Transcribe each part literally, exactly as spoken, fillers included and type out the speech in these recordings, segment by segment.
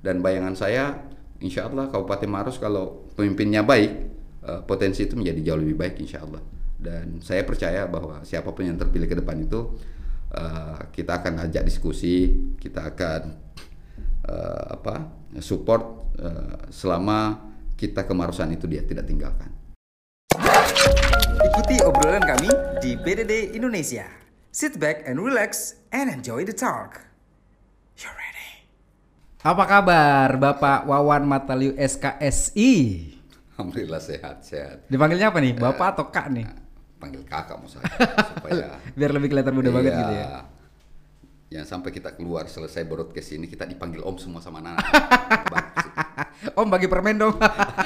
Dan bayangan saya, insya Allah Kabupaten Maros kalau pemimpinnya baik, uh, potensi itu menjadi jauh lebih baik insya Allah. Dan saya percaya bahwa siapapun yang terpilih ke depan itu, uh, kita akan ajak diskusi, kita akan uh, apa support uh, selama kita kemarosan itu dia tidak tinggalkan. Ikuti obrolan kami di B D D Indonesia. Sit back and relax and enjoy the talk. You ready? Apa kabar Bapak Wawan Mataliu S K S I? Alhamdulillah sehat-sehat. Dipanggilnya apa nih? Bapak uh, atau Kak nih? Panggil kakak mau saya supaya biar lebih kelihatan muda iya, banget gitu ya. Yang sampai kita keluar selesai broadcast ini kita dipanggil Om semua sama Nana. Om bagi permen dong.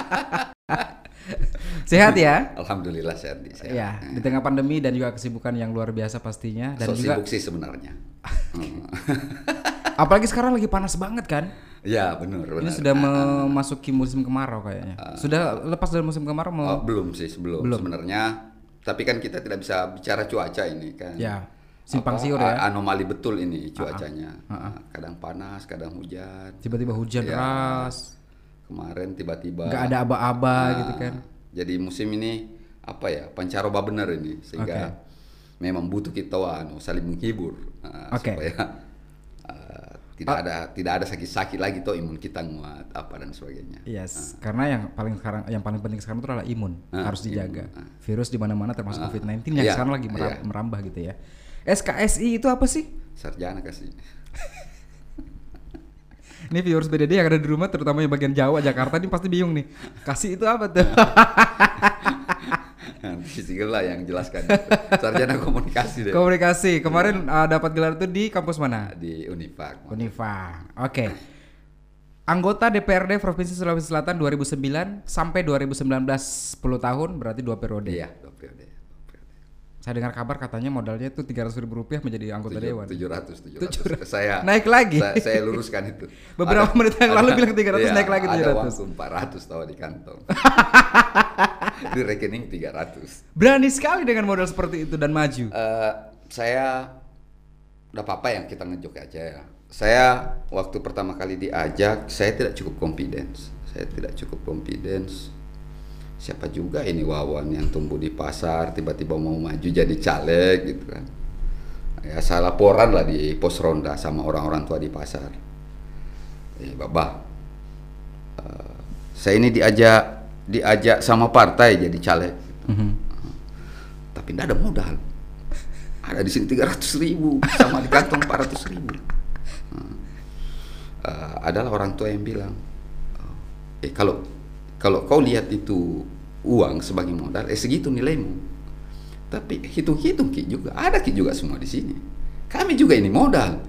Sehat ya? Alhamdulillah sehat. sehat. Ya, di tengah pandemi dan juga kesibukan yang luar biasa pastinya dan so, juga sibuk sih sebenarnya. Apalagi sekarang lagi panas banget kan? Ya benar. Ini sudah memasuki musim kemarau kayaknya. Uh, sudah lepas dari musim kemarau? Mau... Oh, belum sih sebelum belum. Sebenarnya. Tapi kan kita tidak bisa bicara cuaca ini kan. Ya. Simpang siur ya. Anomali betul ini cuacanya. Uh-uh. Uh-uh. Kadang panas, kadang hujan. Tiba-tiba hujan ya. Deras. Kemarin tiba-tiba. Gak ada aba-aba nah, gitu kan. Jadi musim ini apa ya pancaroba benar ini sehingga okay. memang butuh kita anu saling menghibur uh, okay. supaya uh, tidak oh. ada tidak ada sakit-sakit lagi toh imun kita nguat apa dan sebagainya. Yes, uh. karena yang paling sekarang yang paling penting sekarang itu adalah imun uh, harus dijaga. Imun, uh. Virus di mana-mana termasuk uh. covid sembilan belas yang yeah. sekarang lagi meram- yeah. merambah gitu ya. S K S I itu apa sih? Sarjana kasih. Ini viewers B D D yang ada di rumah terutama yang bagian Jawa, Jakarta ini pasti bingung nih. Kasih itu apa tuh? Nanti segala yang jelaskan. Sarjana komunikasi deh. Komunikasi. Kemarin uh, dapat gelar itu di kampus mana? Di Unifak. Unifak. Oke. Okay. Anggota D P R D Provinsi Sulawesi Selatan dua ribu sembilan sampai dua ribu sembilan belas sepuluh tahun berarti dua periode. Iya, dua periode. Saya dengar kabar katanya modalnya itu tiga ratus ribu rupiah menjadi anggota tujuh, dewan. tujuh ratus, tujuh ratus. Saya naik lagi. Saya, saya luruskan itu. Beberapa ada, menit yang lalu ada, bilang tiga ratus, iya, naik lagi tujuh ratus. Ada waktu empat ratus tahu di kantong. Di rekening tiga ratus. Berani sekali dengan modal seperti itu dan maju. Uh, saya udah apa-apa yang kita ngejok aja ya. Saya waktu pertama kali diajak, saya tidak cukup confidence. Saya tidak cukup confidence. Siapa juga ini Wawan yang tumbuh di pasar tiba-tiba mau maju jadi caleg gitu kan. Ya saya laporan lah di pos ronda sama orang-orang tua di pasar. Eh Baba, uh, saya ini diajak diajak sama partai jadi caleg. Mm-hmm. Uh, tapi tidak ada modal. Ada di sini tiga ratus ribu sama di kantong empat ratus ribu. Uh, uh, adalah orang tua yang bilang, uh, eh kalau kalau kau lihat itu uang sebagai modal, eh segitu nilaimu. Tapi hitung-hitung Ki juga, ada Ki juga semua di sini. Kami juga ini modal.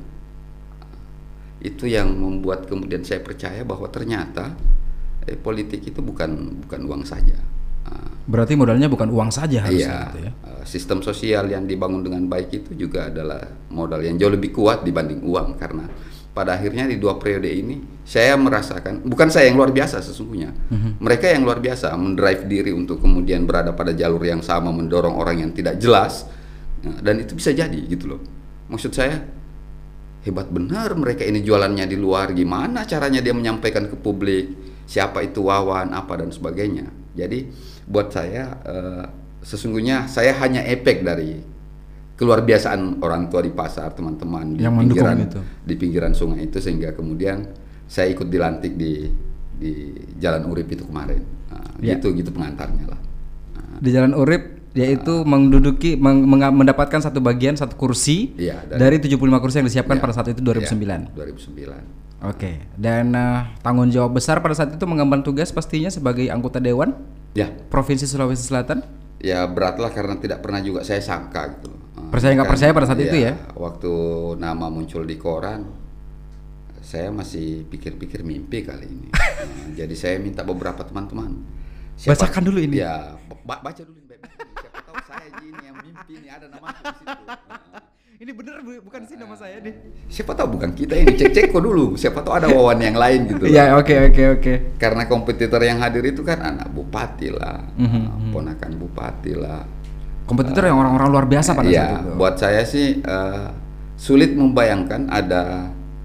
Itu yang membuat kemudian saya percaya bahwa ternyata eh, politik itu bukan bukan uang saja. Berarti modalnya bukan uang saja harusnya. Iya, gitu ya? Sistem sosial yang dibangun dengan baik itu juga adalah modal yang jauh lebih kuat dibanding uang karena pada akhirnya di dua periode ini saya merasakan, bukan saya yang luar biasa sesungguhnya, mm-hmm. mereka yang luar biasa mendrive diri untuk kemudian berada pada jalur yang sama, mendorong orang yang tidak jelas, dan itu bisa jadi gitu loh. Maksud saya hebat benar mereka ini jualannya di luar, gimana caranya dia menyampaikan ke publik siapa itu Wawan apa dan sebagainya. Jadi buat saya uh, sesungguhnya saya hanya efek dari keluar biasaan orang tua di pasar, teman-teman di yang pinggiran itu. di pinggiran sungai itu sehingga kemudian saya ikut dilantik di di Jalan Urip itu kemarin. Nah, ya. Gitu gitu pengantarnya lah. Nah, di Jalan Urip yaitu uh, menduduki meng, mendapatkan satu bagian satu kursi ya, dari, dari tujuh puluh lima kursi yang disiapkan ya, pada saat itu dua ribu sembilan. Ya, dua ribu sembilan. Oke. Okay. Dan uh, tanggung jawab besar pada saat itu mengemban tugas pastinya sebagai anggota dewan ya. Provinsi Sulawesi Selatan. Ya beratlah karena tidak pernah juga saya sangka gitu. Percaya nggak kan, percaya pada saat ya, itu ya? Waktu nama muncul di koran, saya masih pikir-pikir mimpi kali ini. Nah, jadi saya minta beberapa teman-teman. Siapa, bacakan dulu ini. Ya, b- baca dulu ini. Siapa tahu saya ini yang mimpi ini ada nama di situ. Nah, ini bener bukan sih nama saya deh. Siapa tahu bukan kita ini, cek-cek kok dulu. Siapa tahu ada Wawan yang lain gitu. Iya, oke oke oke. Karena kompetitor yang hadir itu kan anak bupati lah, mm-hmm. ponakan bupati lah. Kompetitor uh, yang orang-orang luar biasa pada iya, saat itu. Buat saya sih uh, sulit membayangkan ada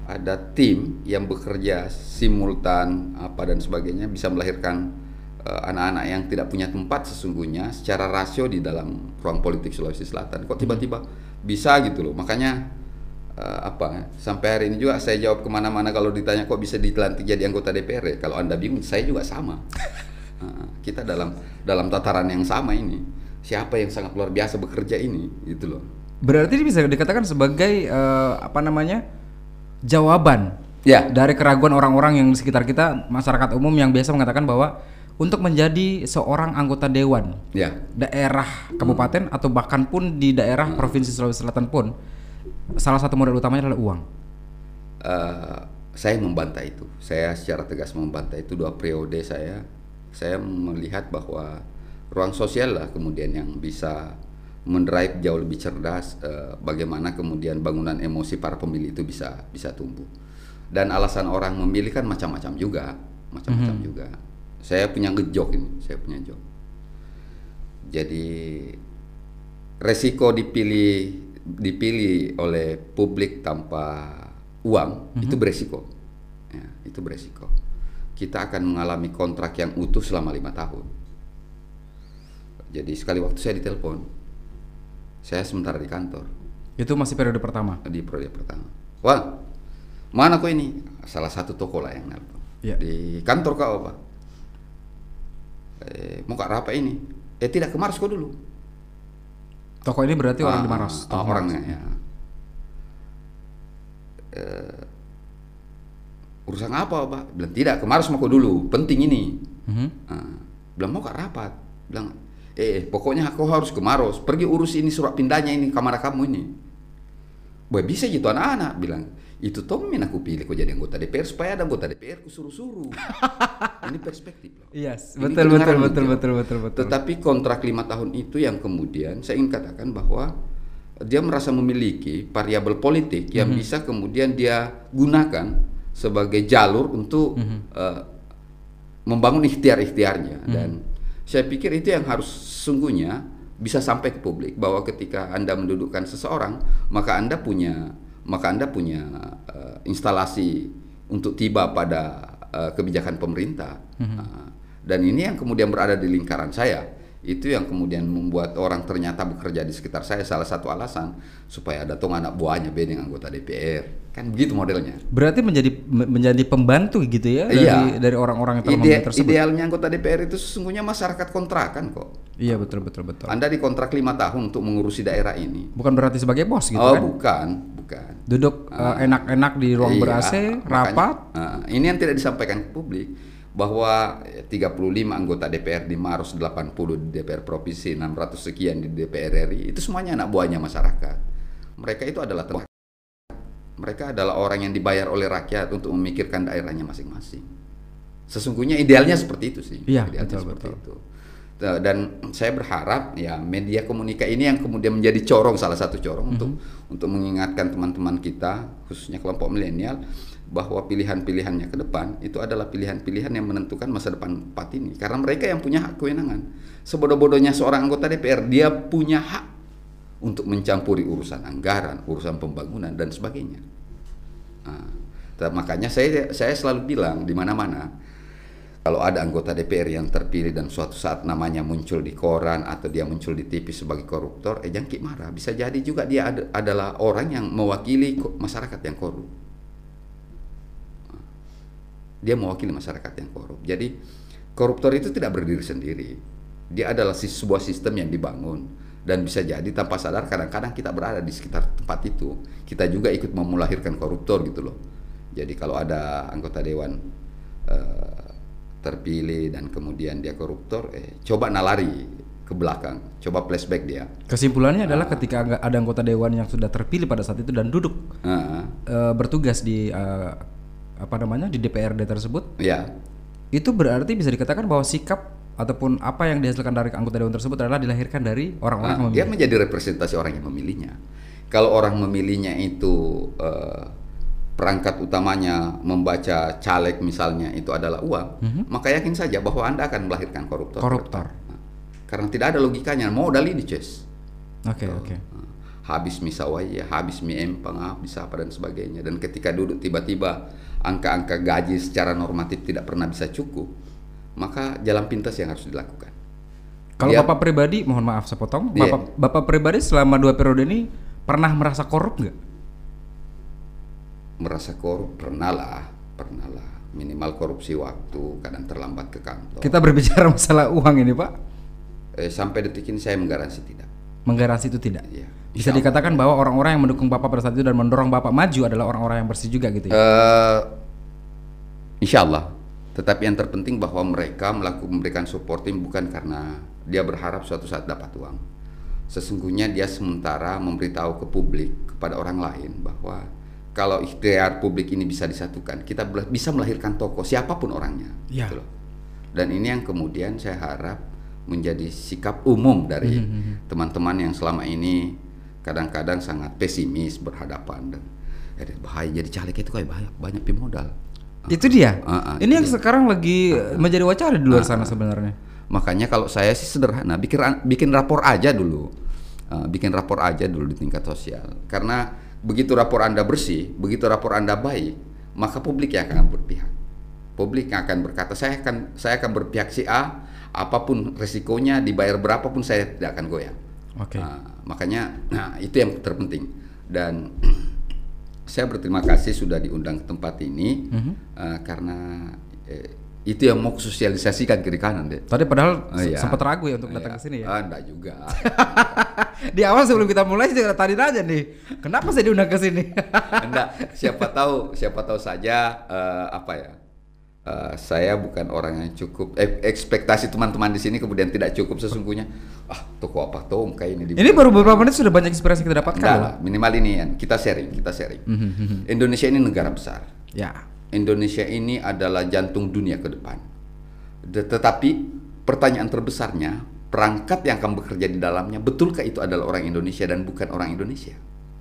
ada tim yang bekerja simultan apa dan sebagainya bisa melahirkan uh, anak-anak yang tidak punya tempat sesungguhnya secara rasio di dalam ruang politik Sulawesi Selatan. Kok tiba-tiba bisa gitu loh. Makanya uh, apa sampai hari ini juga saya jawab kemana-mana kalau ditanya kok bisa dilantik jadi anggota D P R ya. Kalau Anda bingung, saya juga sama. uh, kita dalam dalam tataran yang sama ini. Siapa yang sangat luar biasa bekerja ini, gitu loh. Berarti ini bisa dikatakan sebagai uh, apa namanya jawaban ya dari keraguan orang-orang yang di sekitar kita, masyarakat umum yang biasa mengatakan bahwa untuk menjadi seorang anggota dewan ya. daerah kabupaten hmm. atau bahkan pun di daerah hmm. provinsi Sulawesi Selatan pun salah satu modal utamanya adalah uang. Uh, saya membantah itu. Saya secara tegas membantah itu. Dua periode saya, saya melihat bahwa ruang sosial lah kemudian yang bisa mendrive jauh lebih cerdas uh, bagaimana kemudian bangunan emosi para pemilih itu bisa bisa tumbuh. Dan alasan orang memilih kan macam-macam juga, macam-macam mm-hmm. juga. Saya punya ngejok ini, saya punya jok. Jadi resiko dipilih dipilih oleh publik tanpa uang mm-hmm. itu beresiko, ya, itu beresiko. Kita akan mengalami kontrak yang utuh selama lima tahun. Jadi sekali waktu saya ditelepon, saya sementara di kantor. Itu masih periode pertama? Di periode pertama. Wah, mana kok ini? Salah satu toko lah yang nelpon. Ya. Di kantor kau apa? Eh, mau kak Rapa ini? Eh tidak, ke Maros kau dulu. Toko ini berarti orang ah, di Maros? Ah, orangnya ya. Eh, urusan apa Pak? Bilang tidak, ke Maros mau kau dulu, penting ini. Mm-hmm. Ah, bilang mau kak rapat? Bilang Eh, pokoknya kau harus ke Maros, pergi urus ini surat pindahnya ini kamar kamu ini. Boy bisa gitu anak-anak bilang, itu Tommin aku pilih kau jadi anggota D P R supaya ada anggota D P R ku suruh-suruh. Ini perspektif loh. Yes, ini betul betul betul, betul betul betul betul. Tetapi kontrak lima tahun itu yang kemudian saya ingin katakan bahwa dia merasa memiliki variabel politik yang mm-hmm. bisa kemudian dia gunakan sebagai jalur untuk mm-hmm. uh, membangun ikhtiar-ikhtiarnya mm-hmm. dan saya pikir itu yang harus sungguhnya bisa sampai ke publik bahwa ketika Anda mendudukkan seseorang maka Anda punya maka Anda punya uh, instalasi untuk tiba pada uh, kebijakan pemerintah mm-hmm. uh, dan ini yang kemudian berada di lingkaran saya itu yang kemudian membuat orang ternyata bekerja di sekitar saya salah satu alasan supaya ada tong anak buahnya bedeng anggota D P R kan begitu modelnya. Berarti menjadi menjadi pembantu gitu ya dari iya. dari orang-orang yang telah Ide, memilih tersebut. Idealnya anggota D P R itu sesungguhnya masyarakat kontrakan kok. Iya betul betul betul. Anda dikontrak lima tahun untuk mengurusi daerah ini. Bukan berarti sebagai bos gitu oh, kan? Oh bukan, bukan. Duduk uh, enak-enak di ruang iya, ber-A C, rapat. Uh, ini yang tidak disampaikan ke publik bahwa tiga puluh lima anggota D P R di Maros, delapan puluh di D P R provinsi, enam ratus sekian di D P R R I itu semuanya anak buahnya masyarakat. Mereka itu adalah tenaga. Mereka adalah orang yang dibayar oleh rakyat untuk memikirkan daerahnya masing-masing. Sesungguhnya idealnya seperti itu sih. Iya, idealnya betul, seperti betul. itu. Dan saya berharap ya media komunikasi ini yang kemudian menjadi corong salah satu corong mm-hmm. untuk untuk mengingatkan teman-teman kita khususnya kelompok milenial bahwa pilihan-pilihannya ke depan itu adalah pilihan-pilihan yang menentukan masa depan tempat ini karena mereka yang punya hak kewenangan. Sebodoh-bodohnya seorang anggota D P R dia punya hak untuk mencampuri urusan anggaran, urusan pembangunan dan sebagainya. Nah, makanya saya saya selalu bilang di mana-mana kalau ada anggota D P R yang terpilih dan suatu saat namanya muncul di koran atau dia muncul di T V sebagai koruptor, eh jangan marah. Bisa jadi juga dia ad- adalah orang yang mewakili masyarakat yang korup. Dia mewakili masyarakat yang korup. Jadi koruptor itu tidak berdiri sendiri. Dia adalah sebuah sistem yang dibangun. Dan bisa jadi tanpa sadar kadang-kadang kita berada di sekitar tempat itu. Kita juga ikut memulahirkan koruptor gitu loh. Jadi kalau ada anggota dewan uh, terpilih dan kemudian dia koruptor, eh, coba nalari ke belakang, coba flashback dia. Kesimpulannya adalah uh, ketika ada anggota dewan yang sudah terpilih pada saat itu dan duduk uh, uh, bertugas di uh, apa namanya di D P R D tersebut, ya. Itu berarti bisa dikatakan bahwa sikap ataupun apa yang dihasilkan dari anggota dewan tersebut adalah dilahirkan dari orang-orang nah, yang memilih. Dia menjadi representasi orang yang memilihnya. Kalau orang memilihnya itu uh, perangkat utamanya membaca caleg misalnya itu adalah uang, mm-hmm. maka yakin saja bahwa Anda akan melahirkan koruptor. Koruptor. Nah, karena tidak ada logikanya. Modal ini, Ces. Oke, okay, oke. Okay. Nah, habis misawaya, habis mie empang, habis apa dan sebagainya. Dan ketika duduk tiba-tiba angka-angka gaji secara normatif tidak pernah bisa cukup, maka jalan pintas yang harus dilakukan. Kalau Dia, Bapak pribadi, mohon maaf saya potong, Iya. Bapak, Bapak pribadi selama dua periode ini pernah merasa korup nggak? merasa korup pernah lah, pernah lah. Minimal korupsi waktu, kadang terlambat ke kantor. Kita berbicara masalah uang ini Pak. Eh, sampai detik ini saya menggaransi tidak. Menggaransi itu tidak. Iya. Bisa Insya dikatakan bahwa orang-orang yang mendukung Bapak pada saat itu dan mendorong Bapak maju adalah orang-orang yang bersih juga gitu ya. Uh, insya Allah. Tetapi yang terpenting bahwa mereka melakukan memberikan supporting bukan karena dia berharap suatu saat dapat uang. Sesungguhnya dia sementara memberitahu ke publik, kepada orang lain bahwa kalau ikhtiar publik ini bisa disatukan, kita bisa melahirkan tokoh siapapun orangnya. Ya. Gitu loh. Dan ini yang kemudian saya harap menjadi sikap umum dari mm-hmm. teman-teman yang selama ini kadang-kadang sangat pesimis berhadapan dan eh, bahaya jadi caleg itu kayak bahaya, banyak pemodal. Itu dia. Uh, uh, ini yang dia. sekarang lagi uh, menjadi wacana di luar uh, sana sebenarnya. Makanya kalau saya sih sederhana, bikin bikin rapor aja dulu, uh, bikin rapor aja dulu di tingkat sosial. Karena begitu rapor Anda bersih, begitu rapor Anda baik, maka publik yang akan berpihak. Publik yang akan berkata, saya akan saya akan berpihak si A, apapun resikonya, dibayar berapapun saya tidak akan goyang. Oke. Okay. Uh, makanya, nah itu yang terpenting. Dan saya berterima kasih sudah diundang ke tempat ini mm-hmm. uh, karena eh, itu yang mau sosialisasikan kiri kanan deh. Tadi padahal oh, iya. sempat ragu ya untuk datang iya. ke sini ya. Ah, enggak juga. Di awal sebelum kita mulai saya tadi aja nih, kenapa saya diundang ke sini? Enggak, siapa tahu, siapa tahu saja uh, apa ya? Uh, saya bukan orang yang cukup eh, ekspektasi teman-teman di sini kemudian tidak cukup sesungguhnya. Ah, toko apa tuh kayak ini. Ini baru beberapa menit sudah banyak inspirasi kita dapatkan. Enggak lah, minimal ini ya. Kita sharing, kita sharing. Mm-hmm. Indonesia ini negara besar. Ya. Indonesia ini adalah jantung dunia ke depan. Tetapi pertanyaan terbesarnya, perangkat yang akan bekerja di dalamnya, betulkah itu adalah orang Indonesia dan bukan orang Indonesia?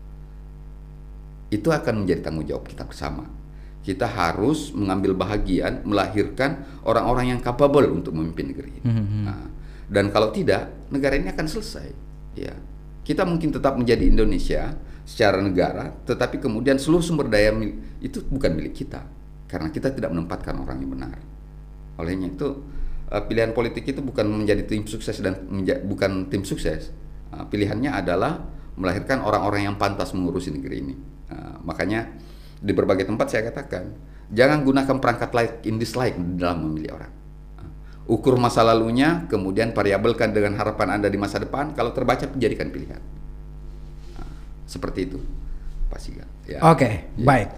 Itu akan menjadi tanggung jawab kita bersama. Kita harus mengambil bahagian, melahirkan orang-orang yang capable untuk memimpin negeri ini. Mm-hmm. Nah, dan kalau tidak, negara ini akan selesai. Ya, kita mungkin tetap menjadi Indonesia secara negara, tetapi kemudian seluruh sumber daya itu bukan milik kita, karena kita tidak menempatkan orang yang benar. Olehnya itu pilihan politik itu bukan menjadi tim sukses dan menja- bukan tim sukses. Pilihannya adalah melahirkan orang-orang yang pantas mengurusi negeri ini. Nah, makanya di berbagai tempat saya katakan, jangan gunakan perangkat like in dislike dalam memilih orang. Ukur masa lalunya, kemudian variabelkan dengan harapan Anda di masa depan. Kalau terbaca, jadikan pilihan. Nah, seperti itu, Pak Siga. Ya. Oke, okay, ya. Baik.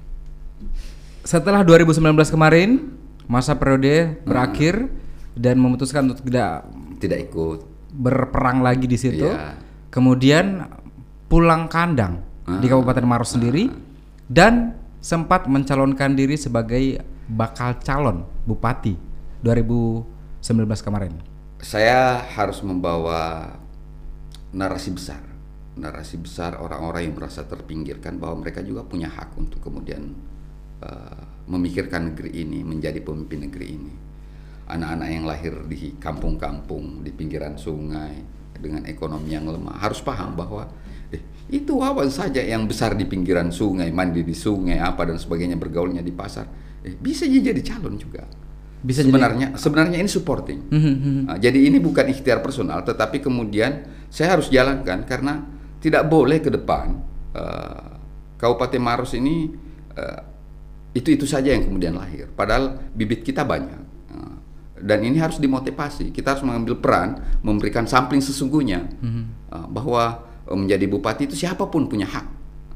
Setelah dua ribu sembilan belas kemarin, masa periode berakhir hmm. dan memutuskan untuk tidak tidak ikut berperang lagi di situ. Ya. Kemudian pulang kandang hmm. di Kabupaten Maros hmm. sendiri. Dan sempat mencalonkan diri sebagai bakal calon bupati dua ribu sembilan belas kemarin. Saya harus membawa narasi besar, narasi besar orang-orang yang merasa terpinggirkan bahwa mereka juga punya hak untuk kemudian uh, memikirkan negeri ini, menjadi pemimpin negeri ini. Anak-anak yang lahir di kampung-kampung, di pinggiran sungai, dengan ekonomi yang lemah, harus paham bahwa eh, itu awan saja yang besar di pinggiran sungai, mandi di sungai, apa dan sebagainya, bergaulnya di pasar, eh, bisa jadi calon juga. Bisa sebenarnya, jadi... sebenarnya ini supporting. Nah, jadi ini bukan ikhtiar personal, tetapi kemudian saya harus jalankan karena tidak boleh ke depan uh, Kabupaten Maros ini uh, itu-itu saja yang kemudian lahir. Padahal bibit kita banyak. Uh, dan ini harus dimotivasi. Kita harus mengambil peran, memberikan sampling sesungguhnya uh, bahwa menjadi bupati itu siapapun punya hak.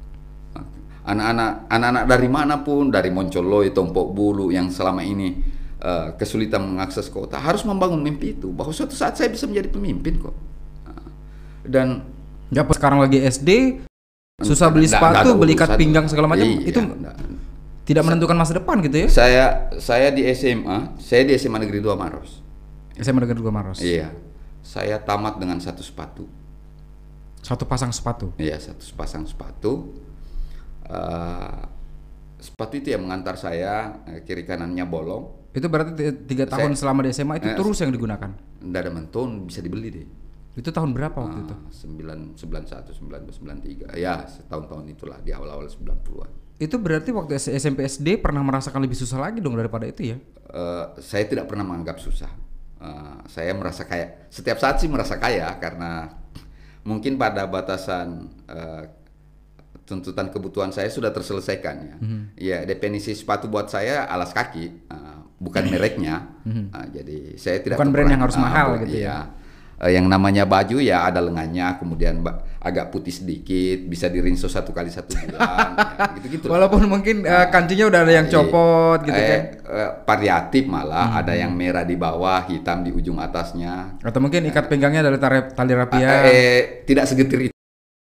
Anak-anak anak-anak dari manapun, dari Moncoloy, Tompok Bulu yang selama ini uh, kesulitan mengakses kota, harus membangun mimpi itu bahwa suatu saat saya bisa menjadi pemimpin kok. Uh, dan ya pas sekarang lagi S D susah beli sepatu, beli ikat pinggang segala macam, iya, itu enggak, tidak menentukan masa depan gitu ya. Saya saya di S M A, saya di S M A Negeri dua Maros. S M A Negeri dua Maros. Iya. Saya tamat dengan satu sepatu. Satu pasang sepatu. Iya, satu pasang sepatu. Uh, sepatu itu yang mengantar saya, kiri kanannya bolong. Itu berarti tiga tahun saya, selama di S M A itu eh, terus yang digunakan. Nggak ada menton, bisa dibeli deh. Itu tahun berapa waktu itu? sembilan sembilan satu sembilan dua sembilan tiga ya setahun-tahun itulah di awal-awal sembilan puluhan. Itu berarti waktu S- SMP S D pernah merasakan lebih susah lagi dong daripada itu ya? Uh, saya tidak pernah menganggap susah. Uh, saya merasa kaya. Setiap saat sih merasa kaya karena mungkin pada batasan uh, tuntutan kebutuhan saya sudah terselesaikan ya. Mm-hmm. Ya definisi sepatu buat saya alas kaki, uh, bukan mereknya. Mm-hmm. Uh, jadi saya tidak bukan brand yang harus uh, mahal gitu iya. ya. Uh, yang namanya baju ya ada lengannya, kemudian ba- agak putih sedikit, bisa dirinso satu kali satu bulan, ya, gitu-gitu. Walaupun mungkin uh, kancingnya udah ada yang copot gitu eh, kan? Eh, variatif malah, hmm. ada yang merah di bawah, hitam di ujung atasnya. Atau mungkin ikat pinggangnya dari tali, tali rapia. Eh, eh, tidak segetir itu.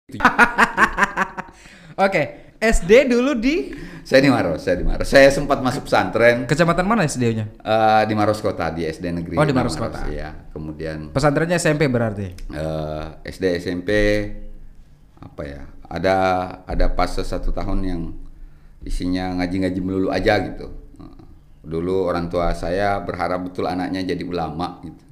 Oke, S D dulu di? Saya di Maros, saya di Maros. Saya sempat masuk pesantren. Kecamatan mana S D-nya? Uh, di Maros Kota, di S D Negeri. Oh, di Maros, Maros Kota. Iya. Kemudian pesantrennya S M P berarti? Uh, S D S M P apa ya? Ada ada fase satu tahun yang isinya ngaji-ngaji melulu aja gitu. Uh, dulu orang tua saya berharap betul anaknya jadi ulama gitu.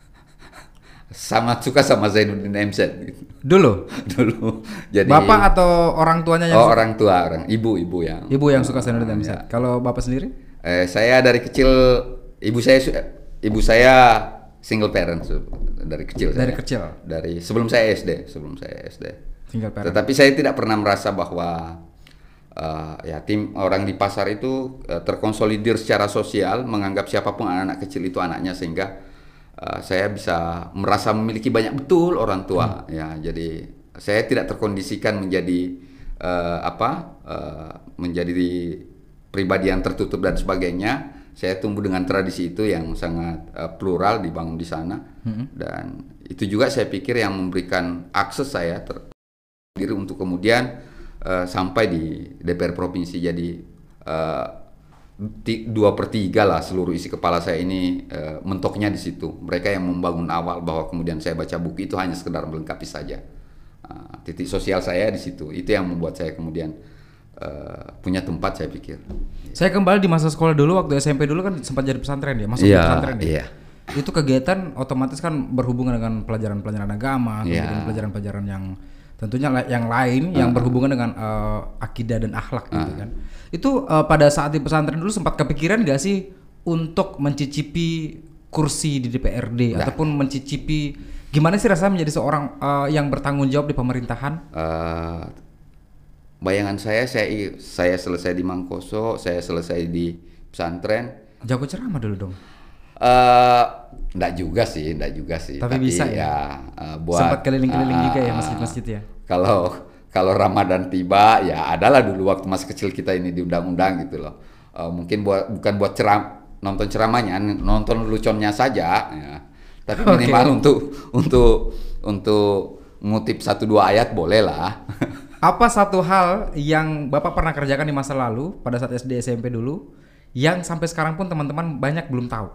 Sangat suka sama Zainuddin M Z gitu. Dulu? Dulu. Jadi bapak atau orang tuanya yang Oh, suka? orang tua, orang ibu, ibu yang Ibu yang suka Zainuddin M Z. Ya. Kalau bapak sendiri? Eh, saya dari kecil ibu saya ibu saya single parent dari kecil Dari saya. kecil. Dari sebelum saya S D, sebelum saya S D. Single parent. Tetapi saya tidak pernah merasa bahwa uh, ya tim orang di pasar itu uh, terkonsolidir secara sosial, menganggap siapapun anak-anak kecil itu anaknya, sehingga Uh, saya bisa merasa memiliki banyak betul orang tua. Hmm. Ya, jadi saya tidak terkondisikan menjadi uh, apa uh, menjadi pribadi yang tertutup dan sebagainya. Saya tumbuh dengan tradisi itu yang sangat uh, plural dibangun di sana. Hmm. Dan itu juga saya pikir yang memberikan akses saya diri untuk kemudian uh, sampai di D P R provinsi. Jadi uh, dua per tiga lah seluruh isi kepala saya ini e, mentoknya di situ. Mereka yang membangun awal bahwa kemudian saya baca buku itu hanya sekedar melengkapi saja. Uh, titik sosial saya di situ. Itu yang membuat saya kemudian e, punya tempat, saya pikir. Saya kembali di masa sekolah dulu, waktu S M P dulu kan sempat jadi pesantren ya, masuk yeah, pesantren ya. Iya. Itu kegiatan otomatis kan berhubungan dengan pelajaran-pelajaran agama, yeah. kemudian pelajaran-pelajaran yang tentunya yang lain uh. yang berhubungan dengan uh, akidah dan akhlak gitu uh. kan. Itu uh, pada saat di pesantren dulu sempat kepikiran gak sih untuk mencicipi kursi di D P R D nah. ataupun mencicipi gimana sih rasanya menjadi seorang uh, yang bertanggung jawab di pemerintahan? Uh, bayangan saya, saya saya selesai di Mangkoso, saya selesai di pesantren. Jago ceramah dulu dong. Uh, enggak juga sih, enggak juga sih. Tapi, Tapi bisa ya. ya uh, buat sempat keliling-keliling uh, juga ya masjid-masjid ya. Kalau kalau Ramadan tiba ya adalah dulu waktu masih kecil kita ini diundang-undang gitu loh. Uh, mungkin buat bukan buat ceram nonton ceramahnya, nonton luconnya saja ya. Tapi minimal okay. untuk untuk untuk ngutip satu dua ayat boleh lah. Apa satu hal yang Bapak pernah kerjakan di masa lalu pada saat S D S M P dulu yang sampai sekarang pun teman-teman banyak belum tahu?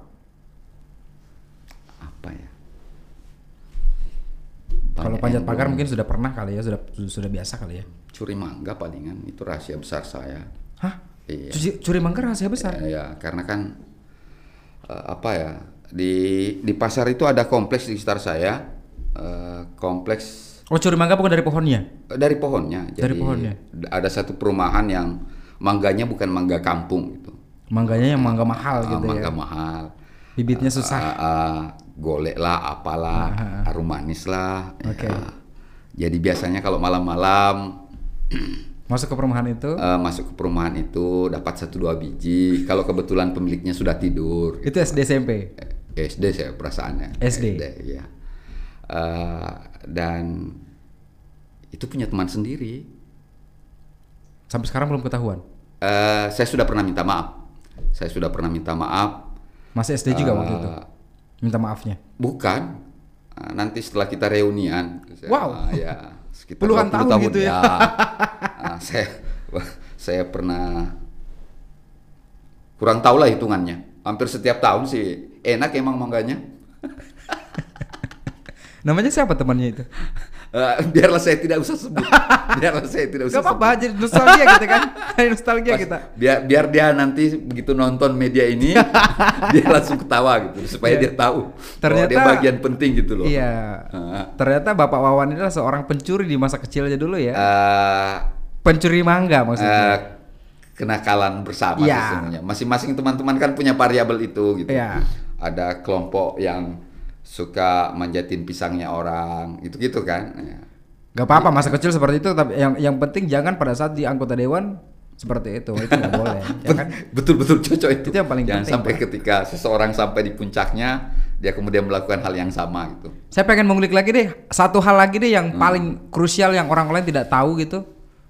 Apa ya? Kalau panjat pagar mungkin sudah pernah kali ya, sudah sudah biasa kali ya. Curi mangga palingan itu rahasia besar saya. Hah? Iya. Curi, curi mangga rahasia besar? Ya, ya karena kan uh, apa ya, di di pasar itu ada kompleks di sekitar saya, uh, kompleks. Oh, curi mangga bukan dari pohonnya? Dari pohonnya. Jadi dari pohonnya. Ada satu perumahan yang mangganya bukan mangga kampung gitu. Mangganya yang mangga mahal uh, gitu mangga ya. Mangga mahal. Bibitnya susah. Uh, uh, uh, golek lah, apalah, uh, harum manis lah. Oke. Okay. Ya. Jadi biasanya kalau malam-malam masuk ke perumahan itu? Uh, masuk ke perumahan itu dapat satu dua biji. Kalau kebetulan pemiliknya sudah tidur. Itu S D S M P? S D saya perasaannya. S D. S D ya. Uh, dan itu punya teman sendiri. Sampai sekarang belum ketahuan? Uh, saya sudah pernah minta maaf. Saya sudah pernah minta maaf. Masih S D juga uh, waktu itu? Minta maafnya? Bukan. Uh, nanti setelah kita reunian. Wow. Uh, ya, sekitar puluhan tahun, tahun gitu ya. ya. uh, saya saya pernah kurang tahu lah hitungannya. Hampir setiap tahun sih. Enak emang mangganya. Namanya siapa temannya itu? Eh, biarlah saya tidak usah sebut. Biarlah saya tidak usah Gak apa-apa, jadi nostalgia kita kan. Jadi nostalgia Pas- kita. Biar biar dia nanti begitu nonton media ini dia langsung ketawa gitu supaya Iya. dia tahu Ternyata- bahwa dia bagian penting gitu loh. Iya. Ah. Ternyata Bapak Wawan ini adalah seorang pencuri di masa kecilnya dulu ya. Eh, Pencuri mangga eh, maksudnya. kenakalan bersama Iya. sesungguhnya. Masing-masing teman-teman kan punya variabel itu gitu. Iya. Ada kelompok yang suka manjatin pisangnya orang, gitu-gitu kan. Ya. Gak apa-apa masa kecil seperti itu, tapi yang yang penting jangan pada saat di anggota dewan seperti itu. Itu nggak boleh, ya kan? Betul-betul cocok itu. Itu yang paling Jangan penting, sampai Pak. ketika seseorang sampai di puncaknya, dia kemudian melakukan hal yang sama gitu. Saya pengen mengulik lagi deh, satu hal lagi deh yang paling krusial yang orang lain tidak tahu gitu.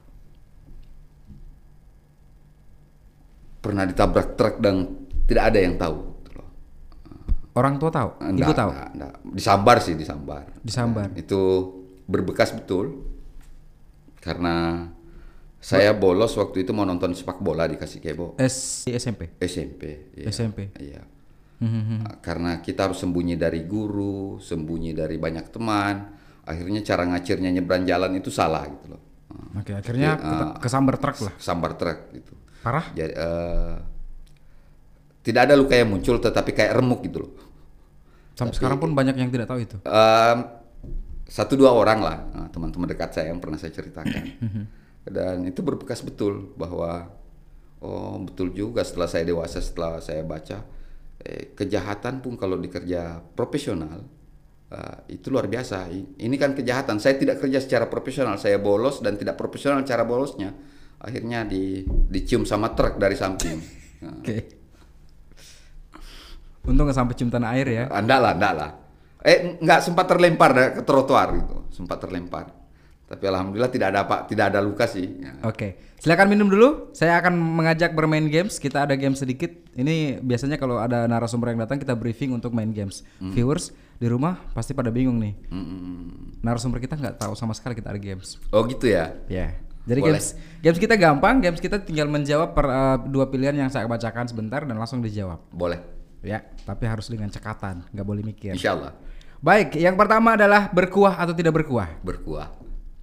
Pernah ditabrak truk dan tidak ada yang tahu. gitu loh. Orang tua tahu, ibu Enggak, tahu. enggak, enggak. Disambar sih, disambar. Disambar. Nah, itu berbekas betul. Karena saya bolos waktu itu mau nonton sepak bola di Kasikebo. S S M P. S M P. Iya. S M P. Iya. Hmm. Uh, Karena kita harus sembunyi dari guru, sembunyi dari banyak teman. Akhirnya cara ngacirnya nyebrang jalan itu salah gitu loh. Uh, Oke, akhirnya Iya, kita uh, kesambar truk lah. Sambar truk gitu. Parah? Jadi eh, tidak ada luka yang muncul, tetapi kayak remuk gitu loh. Sampai Tapi- sekarang pun banyak yang tidak tahu itu. Em, satu dua orang lah, nah, teman-teman dekat saya yang pernah saya ceritakan. Dan itu berbekas betul bahwa oh betul juga setelah saya dewasa, setelah saya baca eh, kejahatan pun kalau dikerja profesional eh, itu luar biasa. I- Ini kan kejahatan. Saya tidak kerja secara profesional, saya bolos dan tidak profesional cara bolosnya. Akhirnya di dicium sama truk dari samping. Nah, Oke. Untung nggak sampai cium tanah air ya. Enggak lah, enggak lah. Eh, nggak sempat terlempar da- ke trotoar gitu, sempat terlempar. Tapi alhamdulillah tidak ada apa, tidak ada luka sih. Ya. Oke, silakan minum dulu. Saya akan mengajak bermain games. Kita ada game sedikit. Ini biasanya kalau ada narasumber yang datang kita briefing untuk main games. Viewers di rumah pasti pada bingung nih. Mm-mm. Narasumber kita nggak tahu sama sekali kita ada games. Oh gitu ya. Ya. Jadi Boleh. games games kita gampang. Games kita tinggal menjawab per uh, dua pilihan yang saya bacakan sebentar dan langsung dijawab. Boleh. Ya, tapi harus dengan cekatan, nggak boleh mikir. Insya Allah. Baik, yang pertama adalah berkuah atau tidak berkuah. Berkuah.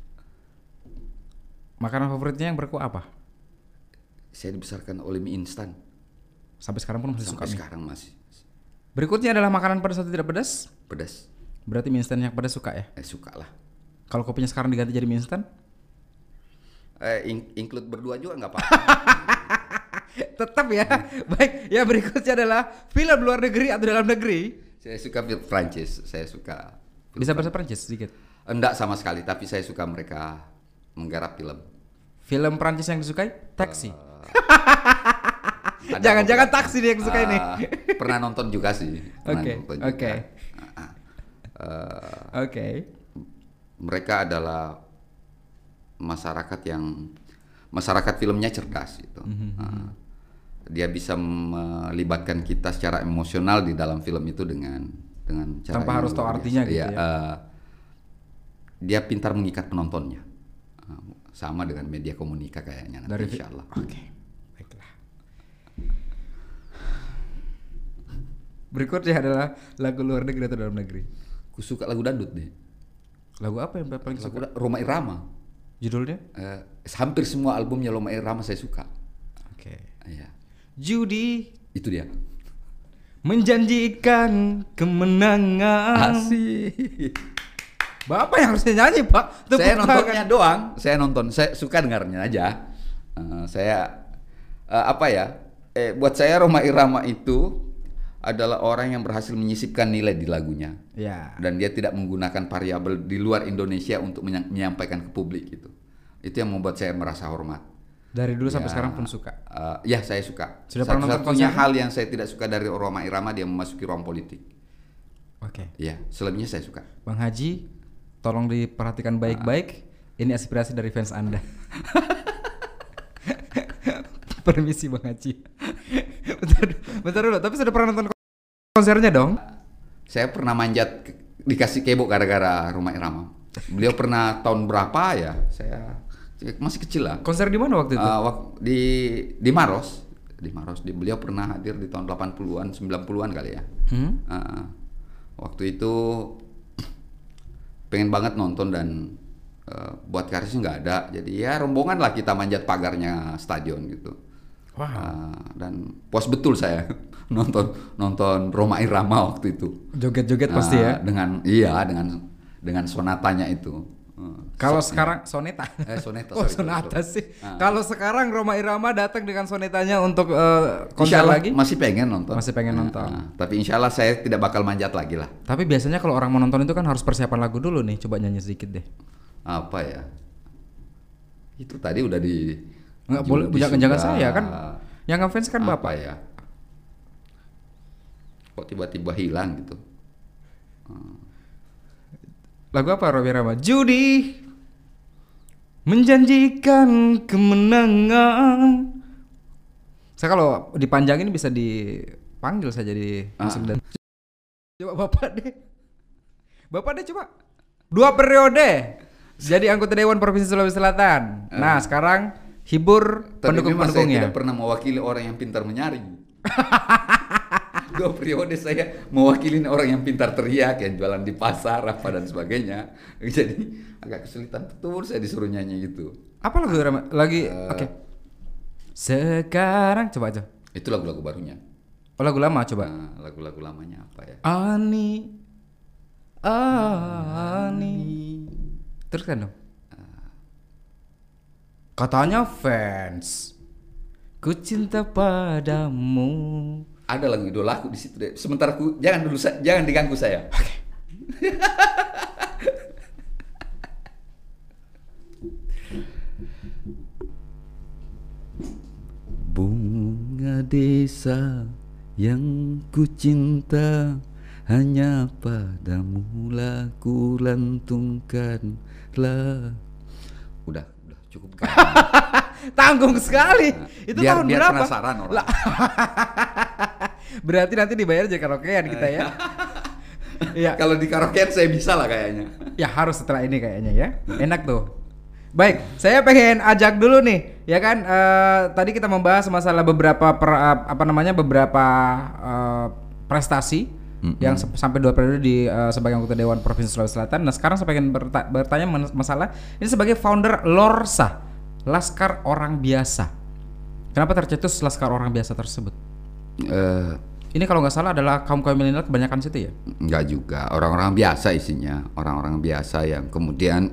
Makanan favoritnya yang berkuah apa? Saya dibesarkan oleh mie instan. Sampai sekarang pun masih suka Sampai mie. sekarang masih Berikutnya adalah makanan pedas atau tidak pedas. pedas. Berarti mie instan yang pedas suka ya. Eh, suka lah. Kalau kopinya sekarang diganti jadi mie instan, Eh, in- include berdua juga nggak apa-apa. tetap ya. Baik, ya berikutnya adalah film luar negeri atau dalam negeri. Saya suka film Prancis. Saya suka. film Bisa bahasa Prancis. Prancis sedikit. Enggak sama sekali, tapi saya suka mereka menggarap film. Film Prancis yang disukai? Taxi. Ada Jangan-jangan beberapa. taksi dia yang suka ini. Ah, pernah nonton juga sih. Pernah Oke, nonton oke. juga. Ah, ah. Eh, Oke. mereka adalah masyarakat yang masyarakat filmnya cerdas gitu. Mhm, Ah, dia bisa melibatkan kita secara emosional di dalam film itu dengan dengan cara Tanpa yang harus tahu luar artinya biasa. gitu Iya, ya. eh, dia pintar mengikat penontonnya. Ah, sama dengan media komunika kayaknya nanti Dari fi- insya Allah. Oke, baiklah. Berikutnya adalah lagu luar negeri atau dalam negeri. Aku suka lagu dangdut deh. Lagu apa yang paling Lagu suka? da- Roma Irama. Judulnya? Eh, hampir semua albumnya Roma Irama saya suka. Oke. Iya, Judi itu dia. menjanjikan kemenangan. Asik. Bapak yang harusnya nyanyi, Pak. Tepuk Saya tangan. nontonnya doang. Saya nonton. Saya suka dengarnya aja. Eh, saya eh, apa ya? Eh, buat saya Roma Irama itu adalah orang yang berhasil menyisipkan nilai di lagunya. Ya. Dan dia tidak menggunakan variabel di luar Indonesia untuk menya- menyampaikan ke publik gitu. Itu yang membuat saya merasa hormat. Dari dulu sampai Ya, sekarang pun suka. eh, ya saya suka. Sudah pernah nonton Satu-satunya konsernya? hal yang saya tidak suka dari Roma Irama dia memasuki ruang politik. Oke. Ya, selebihnya saya suka. Bang Haji, tolong diperhatikan baik-baik. Ini aspirasi dari fans Anda. Permisi Bang Haji. bentar, bentar dulu, tapi sudah pernah nonton konsernya dong? Saya pernah manjat ke- dikasih kebo gara-gara Roma Irama. Beliau pernah tahun berapa ya? Saya masih kecil lah. Konser di mana waktu itu? Uh, wak- di di Maros, di Maros. Di, beliau pernah hadir di tahun delapan puluhan, sembilan puluhan kali ya. Hmm? Uh, waktu itu pengen banget nonton dan uh, buat karis nggak ada. Jadi ya rombongan lah kita manjat pagarnya stadion gitu. Wow. Uh, dan puas betul saya nonton nonton Rhoma Irama waktu itu. Joget-joget pasti Uh, ya. Dengan iya dengan dengan sonatanya itu. Uh, Kalau so- sekarang soneta. Eh, soneta, Oh, sorry, sonata sorry. sih. Ah. Kalau sekarang Rhoma Irama datang dengan sonetanya untuk uh, konser Insya Allah lagi. masih pengen nonton. Masih pengen Nah, nonton. nah, tapi insya Allah saya tidak bakal manjat lagi lah. Tapi biasanya kalau orang mau nonton itu kan harus persiapan lagu dulu nih. Coba nyanyi sedikit deh. Apa ya? Itu tadi udah di. Nggak di- boleh, di- jangan jangan sudah- saya kan. Yang ngefans kan apa Bapak. ya? Kok tiba-tiba hilang gitu? Lagu apa Rhoma Irama? Judi menjanjikan kemenangan. Saya kalau dipanjangin bisa dipanggil saja di Ah. musik dan. Coba Bapak deh. Bapak deh coba. Dua periode jadi anggota Dewan Provinsi Sulawesi Selatan. Nah, sekarang hibur Tapi memang saya pendukung-pendukungnya. tidak pernah mewakili orang yang pintar menyaring. Dua periode saya mewakili orang yang pintar teriak, yang jualan di pasar apa dan sebagainya. Jadi agak kesulitan betul saya disuruh nyanyi gitu. Apa lagu Rhoma? Lagi oke. Sekarang coba aja. Itu lagu-lagu barunya. Oh, lagu lama coba. Nah, lagu-lagu lamanya apa ya? Ani Ani terus kan dong. Katanya fans, ku cinta padamu. Ada lagu idolaku di situ deh. Sementara ku jangan dulu sa- jangan diganggu saya. Bunga desa yang ku cinta, hanya padamu lah ku lantungkan lah. Udah, udah cukup kan. Tanggung sekali. Itu biar, tahun biar berapa? penasaran orang. Lah. Berarti nanti dibayar aja karaokean kita ya. Iya. Kalau di karaokean saya bisa lah kayaknya. Ya harus setelah ini kayaknya ya. Enak tuh. Baik, saya pengen ajak dulu nih, ya kan? eh, tadi kita membahas masalah beberapa per- apa namanya beberapa eh, prestasi Mm-mm. yang se- sampai dua periode di eh, sebagai anggota Dewan Provinsi Sulawesi Selatan. Nah sekarang saya pengen berta- bertanya men- masalah ini sebagai founder Lorsa, Laskar Orang Biasa. Kenapa tercetus Laskar Orang Biasa tersebut? Eh, Ini kalau nggak salah adalah kaum kaum milenial kebanyakan situ ya. Enggak juga, orang-orang biasa isinya, orang-orang biasa yang kemudian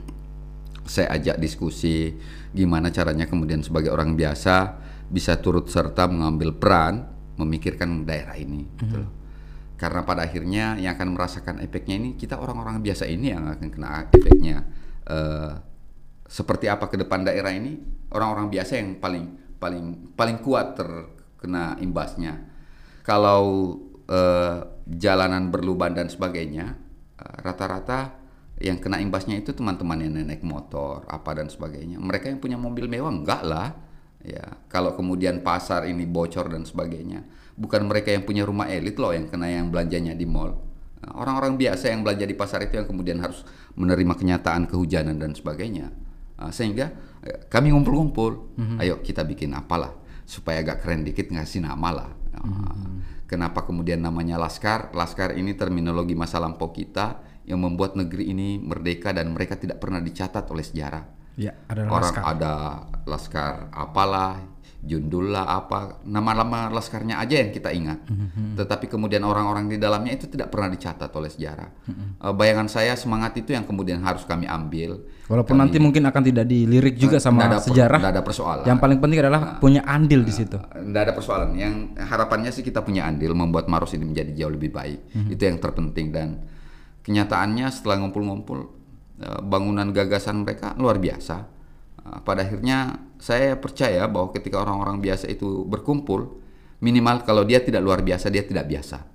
saya ajak diskusi gimana caranya kemudian sebagai orang biasa bisa turut serta mengambil peran memikirkan daerah ini gitu loh. Karena pada akhirnya yang akan merasakan efeknya ini kita orang-orang biasa ini yang akan kena efeknya. Eh, seperti apa ke depan daerah ini, orang-orang biasa yang paling paling paling kuat terkena imbasnya. Kalau eh, jalanan berluban dan sebagainya, eh, rata-rata yang kena imbasnya itu teman-teman yang naik motor apa dan sebagainya. Mereka yang punya mobil mewah enggak lah. Ya, kalau kemudian pasar ini bocor dan sebagainya, bukan mereka yang punya rumah elit loh yang kena yang belanjanya di mall. Nah, orang-orang biasa yang belanja di pasar itu yang kemudian harus menerima kenyataan kehujanan dan sebagainya. Nah, sehingga eh, kami ngumpul-ngumpul, mm-hmm. ayo kita bikin apalah supaya agak keren dikit ngasih nama lah. Nah, mm-hmm. Kenapa kemudian namanya Laskar? Laskar ini terminologi masa lampau kita yang membuat negeri ini merdeka dan mereka tidak pernah dicatat oleh sejarah. Ya, ada Orang Laskar. ada Laskar apalah, Jundullah apa, nama-nama Laskarnya aja yang kita ingat. Mm-hmm. Tetapi kemudian orang-orang di dalamnya itu tidak pernah dicatat oleh sejarah. Mm-hmm. Uh, bayangan saya semangat itu yang kemudian harus kami ambil. Walaupun kami, nanti mungkin akan tidak dilirik juga sama nggak ada per- sejarah. nggak ada persoalan. Yang paling penting adalah punya andil di situ. Tidak ada persoalan. Yang harapannya sih kita punya andil membuat Maros ini menjadi jauh lebih baik. Mm-hmm. Itu yang terpenting dan kenyataannya setelah ngumpul-ngumpul bangunan gagasan mereka luar biasa. Pada akhirnya saya percaya bahwa ketika orang-orang biasa itu berkumpul, minimal kalau dia tidak luar biasa, dia tidak biasa.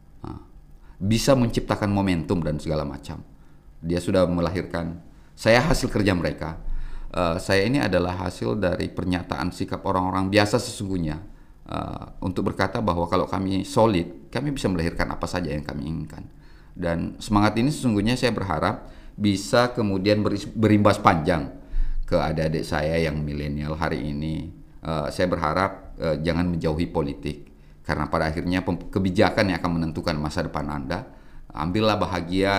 Bisa menciptakan momentum dan segala macam. Dia sudah melahirkan. Saya hasil kerja mereka. Saya ini adalah hasil dari pernyataan sikap orang-orang biasa sesungguhnya. Untuk berkata bahwa kalau kami solid, kami bisa melahirkan apa saja yang kami inginkan. Dan semangat ini sesungguhnya saya berharap bisa kemudian berimbas panjang ke adik-adik saya yang milenial hari ini. Uh, saya berharap uh, jangan menjauhi politik karena pada akhirnya kebijakan yang akan menentukan masa depan Anda. Ambillah bahagian,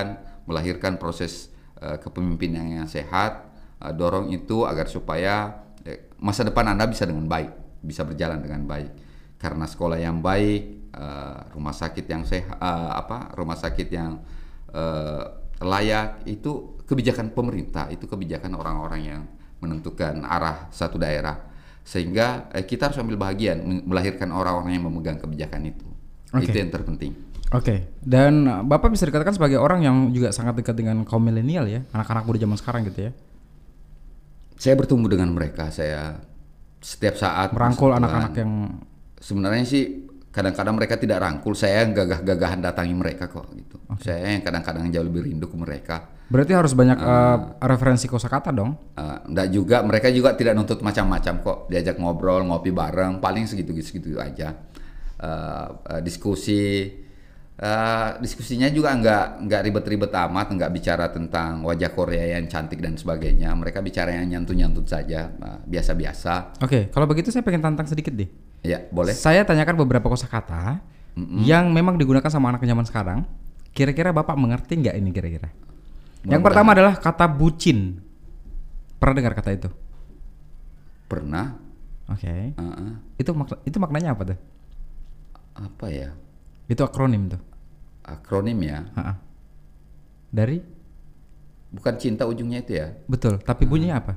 melahirkan proses uh, kepemimpinan yang sehat, uh, dorong itu agar supaya eh, masa depan Anda bisa dengan baik, bisa berjalan dengan baik. Karena sekolah yang baik, uh, rumah sakit yang sehat, uh, apa, rumah sakit yang uh, layak, itu kebijakan pemerintah, itu kebijakan orang-orang yang menentukan arah satu daerah. Sehingga eh, kita harus ambil bagian melahirkan orang-orang yang memegang kebijakan itu. Okay. Itu yang terpenting. Oke. Okay. Dan uh, Bapak bisa dikatakan sebagai orang yang juga sangat dekat dengan kaum milenial ya, anak-anak muda zaman sekarang gitu ya. Saya bertumbuh dengan mereka, saya setiap saat merangkul anak-anak yang sebenarnya sih kadang-kadang mereka tidak rangkul, saya gagah-gagahan datangi mereka kok gitu. Okay. Saya yang kadang-kadang jauh lebih rindu ke mereka. Berarti harus banyak uh, uh, referensi kosakata dong? Uh, enggak juga, mereka juga tidak nuntut macam-macam kok. Diajak ngobrol, ngopi bareng, paling segitu-segitu aja. Uh, uh, diskusi, uh, diskusinya juga enggak enggak ribet-ribet amat, enggak bicara tentang wajah Korea yang cantik dan sebagainya. Mereka bicara yang nyantut-nyantut saja, uh, biasa-biasa. Oke, okay, kalau begitu saya pengen tantang sedikit deh. Ya, boleh. Saya tanyakan beberapa kosakata mm-hmm. yang memang digunakan sama anak zaman sekarang. Kira-kira Bapak mengerti nggak ini kira-kira? Yang Mudah pertama adalah kata bucin. Pernah dengar kata itu? Pernah. Oke. Okay. Uh-uh. Itu mak- itu maknanya apa tuh? Apa ya? Itu akronim tuh. Akronim ya? Uh-uh. Dari? Bukan cinta ujungnya itu ya? Betul. Tapi bunyinya uh-huh. apa?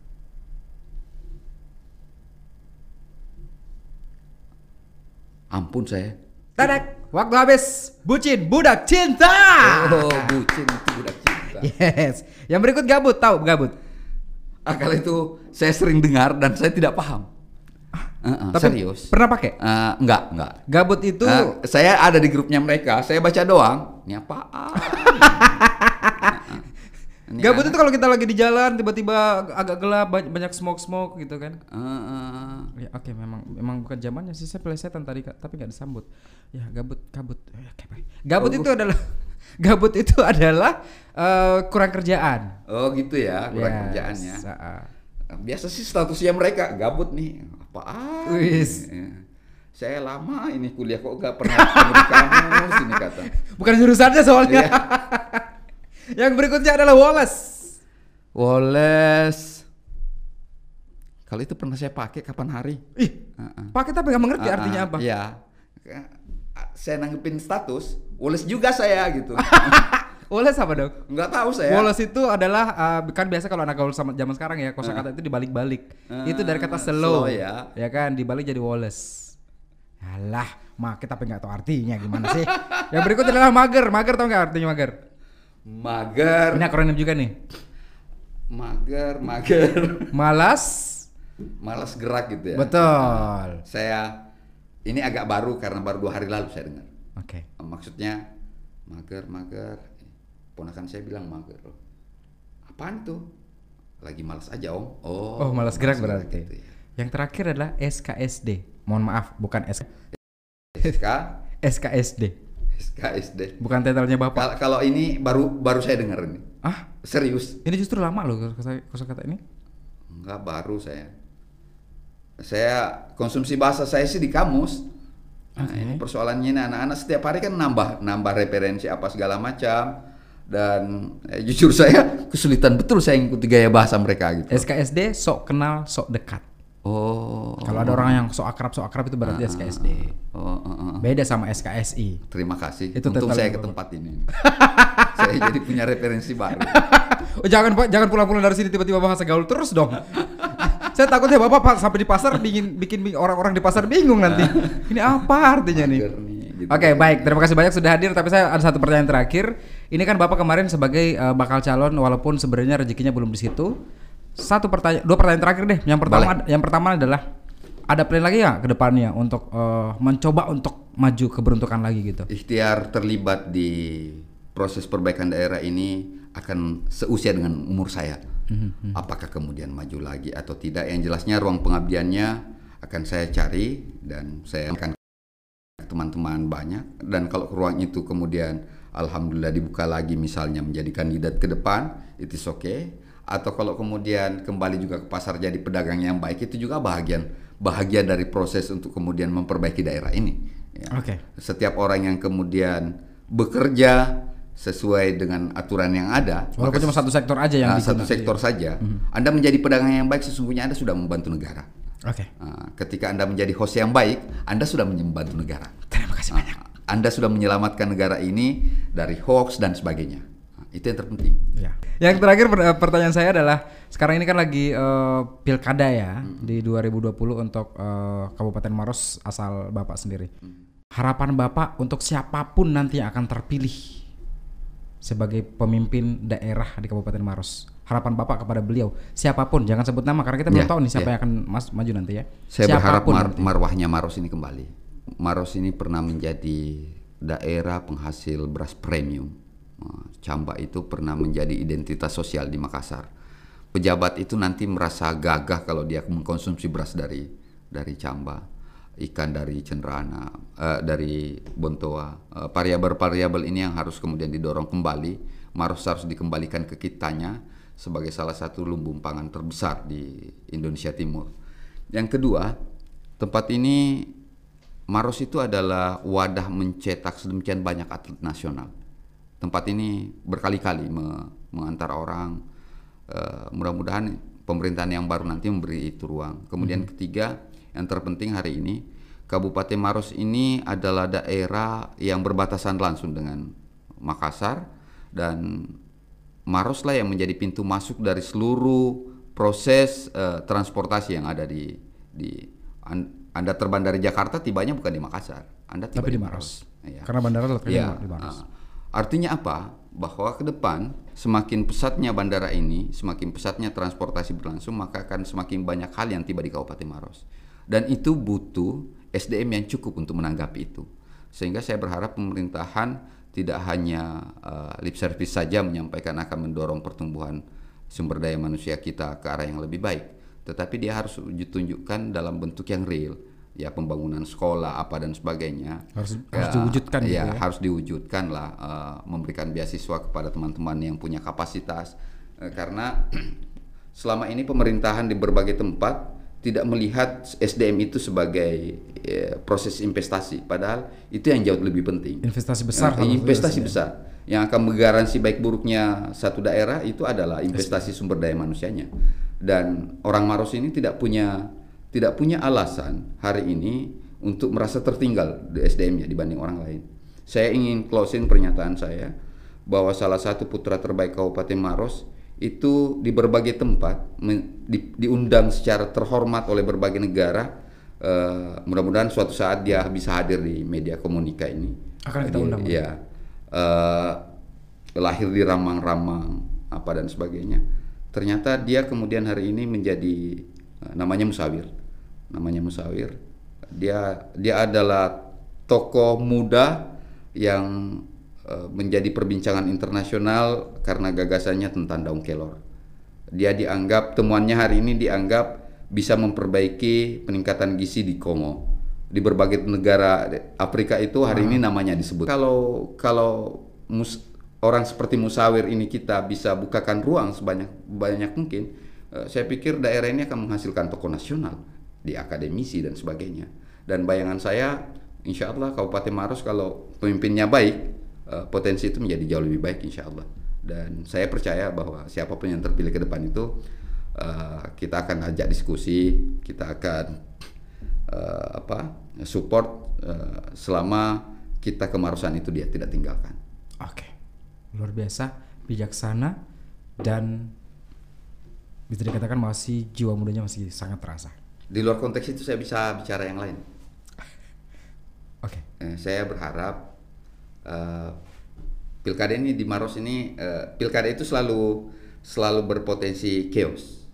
Ampun saya. Tadak. Waktu habis. Bucin, budak cinta. Oh, bucin itu budak cinta. Yes. Yang berikut gabut, tahu gabut? Ah, kalau itu saya sering dengar dan saya tidak paham. Uh-uh, Tapi serius. Pernah pakai? Uh, enggak, enggak. Gabut itu uh, saya ada di grupnya mereka, saya baca doang. Ini apaan? Ini gabut anak. itu kalau kita lagi di jalan tiba-tiba agak gelap, banyak smoke-smoke gitu kan. Uh, uh. Ya, oke, okay, memang memang bukan zamannya sih, saya pelesetan tadi tapi nggak disambut. Ya, gabut, kabut. Oke, okay, gabut oh, itu adalah gabut itu adalah uh, kurang kerjaan. Oh, gitu ya, kurang yes. kerjaannya. Uh. Biasa sih statusnya mereka gabut nih. Apaan? Wis. Saya lama ini kuliah kok nggak pernah ketemu di kampus ini kata. Bukan jurusannya soalnya. Yang berikutnya adalah Wallace. Wallace. Kalau itu pernah saya pakai kapan hari? Ih, uh-uh. pakai tapi nggak mengerti uh-uh. artinya apa? Iya. Saya nanggepin status, Wallace juga saya gitu. Wallace apa dong? Nggak tahu saya. Wallace itu adalah uh, kan biasa kalau anak gaul sama zaman sekarang ya kosakata uh. itu dibalik-balik. Uh, itu dari kata slow, slow ya. Ya kan dibalik jadi Wallace. Alah, mak kita tapi nggak tahu artinya gimana sih? Yang berikutnya adalah mager. Mager tau nggak artinya mager? Mager. Ini akronim juga nih. Mager, mager. Malas. Malas gerak gitu ya. Betul. Saya ini agak baru karena baru dua hari lalu saya dengar. Oke. Okay. Maksudnya mager, mager. Ponakan saya bilang mager. Apaan tuh? Lagi malas aja om. Oh. Oh malas gerak berarti. Gitu ya. Yang terakhir adalah S K S D. Mohon maaf, bukan S. S K. S K S D. S K S D. Bukan titelnya Bapak. Kalau ini baru baru saya dengar ini. Ah, serius? Ini justru lama loh kosakata ini. Enggak, baru saya. Saya konsumsi bahasa saya sih di kamus. Nah, okay. Ini persoalannya ini anak-anak setiap hari kan nambah nambah referensi apa segala macam dan eh, jujur saya kesulitan betul saya ngikuti gaya bahasa mereka gitu. S K S D sok kenal sok dekat. Oh. Kalau ada orang yang sok akrab sok akrab itu berarti uh, S K S D. Oh, uh, uh. Beda sama S K S I. Terima kasih. Itu untung saya ke tempat ini. Saya jadi punya referensi baru. Oh, jangan Pak, jangan pulang-pulang dari sini tiba-tiba bahasa gaul terus dong. Saya takutnya Bapak sampai di pasar bikin bikin orang-orang di pasar bingung nanti. Ini apa artinya nih? Gitu. Oke, okay, baik. Terima kasih banyak sudah hadir. Tapi saya ada satu pertanyaan terakhir. Ini kan Bapak kemarin sebagai uh, bakal calon walaupun sebenarnya rezekinya belum di situ. Satu pertanyaan, dua pertanyaan terakhir deh. Yang pertama, Boleh. yang pertama adalah ada plan lagi ya ke depannya untuk uh, mencoba untuk maju keberuntukan lagi gitu. Ikhtiar terlibat di proses perbaikan daerah ini akan seusia dengan umur saya. Mm-hmm. Apakah kemudian maju lagi atau tidak? Yang jelasnya ruang pengabdiannya akan saya cari dan saya akan teman-teman banyak. Dan kalau ruang itu kemudian alhamdulillah dibuka lagi misalnya menjadi kandidat ke depan, it is okay. Atau kalau kemudian kembali juga ke pasar jadi pedagang yang baik, itu juga bahagian bahagia dari proses untuk kemudian memperbaiki daerah ini. Ya. Okay. Setiap orang yang kemudian bekerja sesuai dengan aturan yang ada, Walaupun maka cuma satu sektor aja yang Nah, digunakan. satu sektor saja, Anda menjadi pedagang yang baik, sesungguhnya Anda sudah membantu negara. Oke. Nah, ketika Anda menjadi host yang baik, Anda sudah membantu negara. Terima kasih banyak. Nah, Anda sudah menyelamatkan negara ini dari hoax dan sebagainya. Nah, itu yang terpenting. Ya. Yang terakhir per- pertanyaan saya adalah sekarang ini kan lagi eh, pilkada ya di dua ribu dua puluh untuk eh, Kabupaten Maros asal Bapak sendiri. Harapan Bapak untuk siapapun nanti yang akan terpilih sebagai pemimpin daerah di Kabupaten Maros. Harapan Bapak kepada beliau, siapapun, jangan sebut nama karena kita belum Ya, tahu nih siapa ya. yang akan mas, maju nanti ya. Saya berharap Siapapun mar- nanti. marwahnya Maros ini kembali. Maros ini pernah menjadi daerah penghasil beras premium. Nah, Camba itu pernah menjadi identitas sosial di Makassar. Pejabat itu nanti merasa gagah kalau dia mengkonsumsi beras dari dari Camba, ikan dari Cenderana, eh, dari Bontoa. Eh, variabel-variabel ini yang harus kemudian didorong kembali. Maros harus dikembalikan ke kitanya sebagai salah satu lumbung pangan terbesar di Indonesia Timur. Yang kedua, tempat ini Maros itu adalah wadah mencetak sedemikian banyak atlet nasional. Tempat ini berkali-kali me- mengantar orang. Uh, mudah-mudahan pemerintahan yang baru nanti memberi itu ruang. Kemudian ketiga, yang terpenting hari ini, Kabupaten Maros ini adalah daerah yang berbatasan langsung dengan Makassar, dan Maros lah yang menjadi pintu masuk dari seluruh proses uh, transportasi yang ada di di an, Anda terbang dari Jakarta, tibanya bukan di Makassar, Anda tiba Tapi di di Maros. Maros. Ya. Karena bandara letaknya Ya, di Maros. uh, artinya apa? Bahwa ke depan semakin pesatnya bandara ini, semakin pesatnya transportasi berlangsung, maka akan semakin banyak hal yang tiba di Kabupaten Maros. Dan itu butuh S D M yang cukup untuk menanggapi itu. Sehingga saya berharap pemerintahan tidak hanya uh, lip service saja menyampaikan akan mendorong pertumbuhan sumber daya manusia kita ke arah yang lebih baik, tetapi dia harus ditunjukkan dalam bentuk yang real. Ya, pembangunan sekolah apa dan sebagainya Harus ya, harus diwujudkan gitu ya, ya. harus diwujudkan lah, uh, memberikan beasiswa kepada teman-teman yang punya kapasitas, uh, karena selama ini pemerintahan di berbagai tempat tidak melihat S D M itu sebagai uh, proses investasi, padahal itu yang jauh lebih penting. Investasi besar. Ya, harus investasi ada. besar yang akan menggaransi baik buruknya satu daerah itu adalah investasi sumber daya manusianya. Dan orang Maros ini tidak punya tidak punya alasan hari ini untuk merasa tertinggal di S D M-nya dibanding orang lain. Saya ingin closing pernyataan saya bahwa salah satu putra terbaik Kabupaten Maros itu di berbagai tempat men, di, diundang secara terhormat oleh berbagai negara. Uh, mudah-mudahan suatu saat dia bisa hadir di media komunika ini. Akan kita Dia- undang. Ya, uh, lahir di Ramang-Ramang apa dan sebagainya. Ternyata dia kemudian hari ini menjadi uh, namanya Musawir. Namanya Musawir. Dia dia adalah tokoh muda yang uh, menjadi perbincangan internasional karena gagasannya tentang daun kelor. Dia dianggap, temuannya hari ini dianggap bisa memperbaiki peningkatan gizi di Kongo. Di berbagai negara Afrika itu hari ini namanya disebut. Kalau kalau mus, orang seperti Musawir ini kita bisa bukakan ruang sebanyak banyak mungkin, uh, saya pikir daerah ini akan menghasilkan tokoh nasional di akademisi dan sebagainya. Dan bayangan saya, insya Allah Kabupaten Maros kalau pemimpinnya baik, uh, potensi itu menjadi jauh lebih baik insya Allah. Dan saya percaya bahwa siapapun yang terpilih ke depan itu, uh, kita akan ajak diskusi, kita akan uh, apa support uh, selama kita kemarosan itu dia tidak tinggalkan. Oke, luar biasa, bijaksana, dan bisa dikatakan masih jiwa mudanya masih sangat terasa. Di luar konteks itu saya bisa bicara yang lain. Oke. Eh, saya berharap uh, pilkada ini di Maros ini, uh, pilkada itu selalu selalu berpotensi chaos.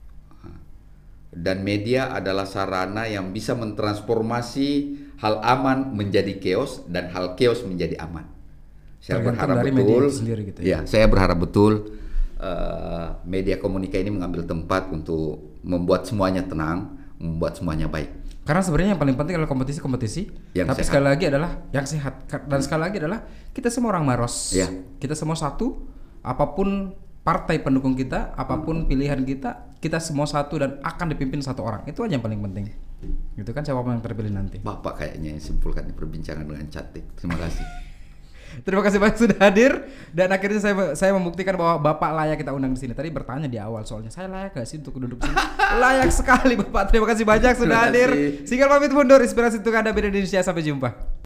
Dan media adalah sarana yang bisa mentransformasi hal aman menjadi chaos dan hal chaos menjadi aman. Saya Tergantung berharap dari media betul, itu sendiri gitu ya. ya, saya berharap betul uh, media komunika ini mengambil tempat untuk membuat semuanya tenang, membuat semuanya baik. Karena sebenarnya yang paling penting adalah kompetisi-kompetisi, Yang tapi sehat. sekali lagi adalah yang sehat. Dan sekali lagi adalah kita semua orang Maros, Ya. kita semua satu, apapun partai pendukung kita, apapun pilihan kita, kita semua satu dan akan dipimpin satu orang. Itu aja yang paling penting. Gitu kan siapapun yang terpilih nanti. Bapak kayaknya yang simpulkan di perbincangan dengan cantik. Terima kasih. Terima kasih banyak sudah hadir dan akhirnya saya saya membuktikan bahwa Bapak layak kita undang di sini. Tadi bertanya di awal soalnya saya layak gak sih untuk duduk di sini? Layak sekali Bapak. Terima kasih banyak sudah Terima hadir. kasih. Singkat pamit mundur, inspirasi untuk Anda B D D Indonesia, sampai jumpa.